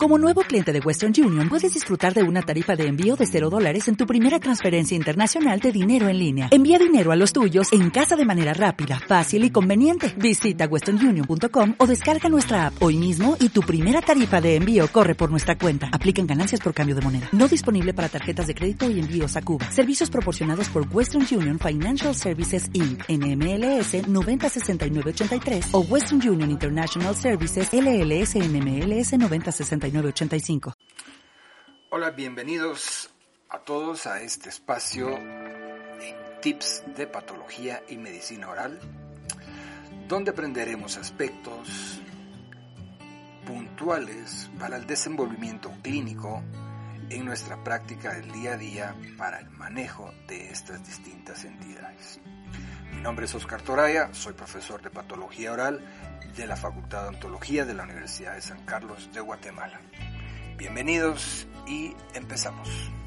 Como nuevo cliente de Western Union, puedes disfrutar de una tarifa de envío de $0 en tu primera transferencia internacional de dinero en línea. Envía dinero a los tuyos en casa de manera rápida, fácil y conveniente. Visita westernunion.com o descarga nuestra app hoy mismo y tu primera tarifa de envío corre por nuestra cuenta. Aplican ganancias por cambio de moneda. No disponible para tarjetas de crédito y envíos a Cuba. Servicios proporcionados por Western Union Financial Services Inc. NMLS 906983 o Western Union International Services LLS NMLS 906985. Hola, bienvenidos a todos a este espacio en Tips de Patología y Medicina Oral, donde aprenderemos aspectos puntuales para el desenvolvimiento clínico en nuestra práctica del día a día para el manejo de estas distintas entidades. Mi nombre es Oscar Toraya, soy profesor de Patología Oral de la Facultad de Odontología de la Universidad de San Carlos de Guatemala. Bienvenidos y empezamos.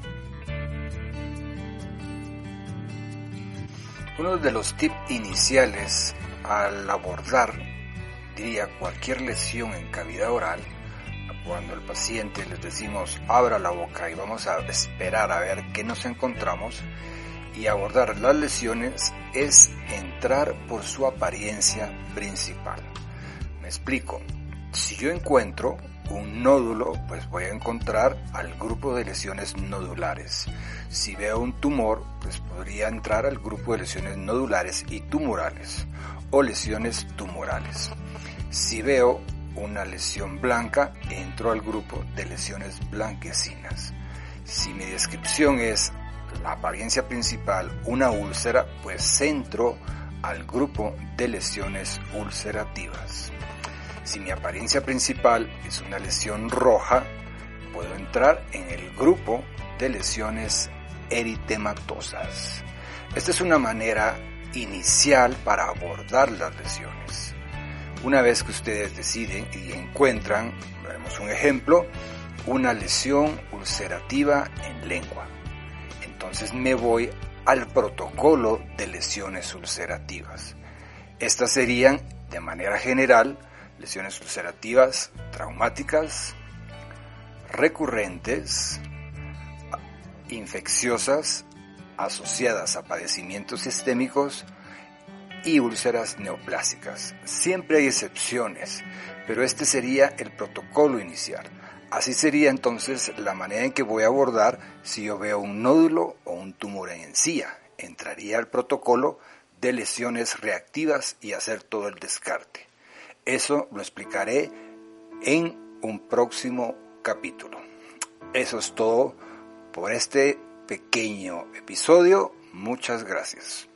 Uno de los tips iniciales al abordar, diría, cualquier lesión en cavidad oral, cuando al paciente les decimos abra la boca y vamos a esperar a ver qué nos encontramos, y abordar las lesiones es entrar por su apariencia principal. Me explico. Si yo encuentro un nódulo, pues voy a encontrar al grupo de lesiones nodulares. Si veo un tumor, pues podría entrar al grupo de lesiones nodulares y tumorales o lesiones tumorales. Si veo una lesión blanca, entro al grupo de lesiones blanquecinas. Si mi descripción es la apariencia principal, una úlcera, pues entro al grupo de lesiones ulcerativas. Si mi apariencia principal es una lesión roja, puedo entrar en el grupo de lesiones eritematosas. Esta es una manera inicial para abordar las lesiones. Una vez que ustedes deciden y encuentran, veremos un ejemplo, una lesión ulcerativa en lengua. Entonces me voy al protocolo de lesiones ulcerativas. Estas serían, de manera general, lesiones ulcerativas traumáticas, recurrentes, infecciosas, asociadas a padecimientos sistémicos y úlceras neoplásicas. Siempre hay excepciones, pero este sería el protocolo inicial. Así sería entonces la manera en que voy a abordar si yo veo un nódulo o un tumor en encía. Entraría al protocolo de lesiones reactivas y hacer todo el descarte. Eso lo explicaré en un próximo capítulo. Eso es todo por este pequeño episodio. Muchas gracias.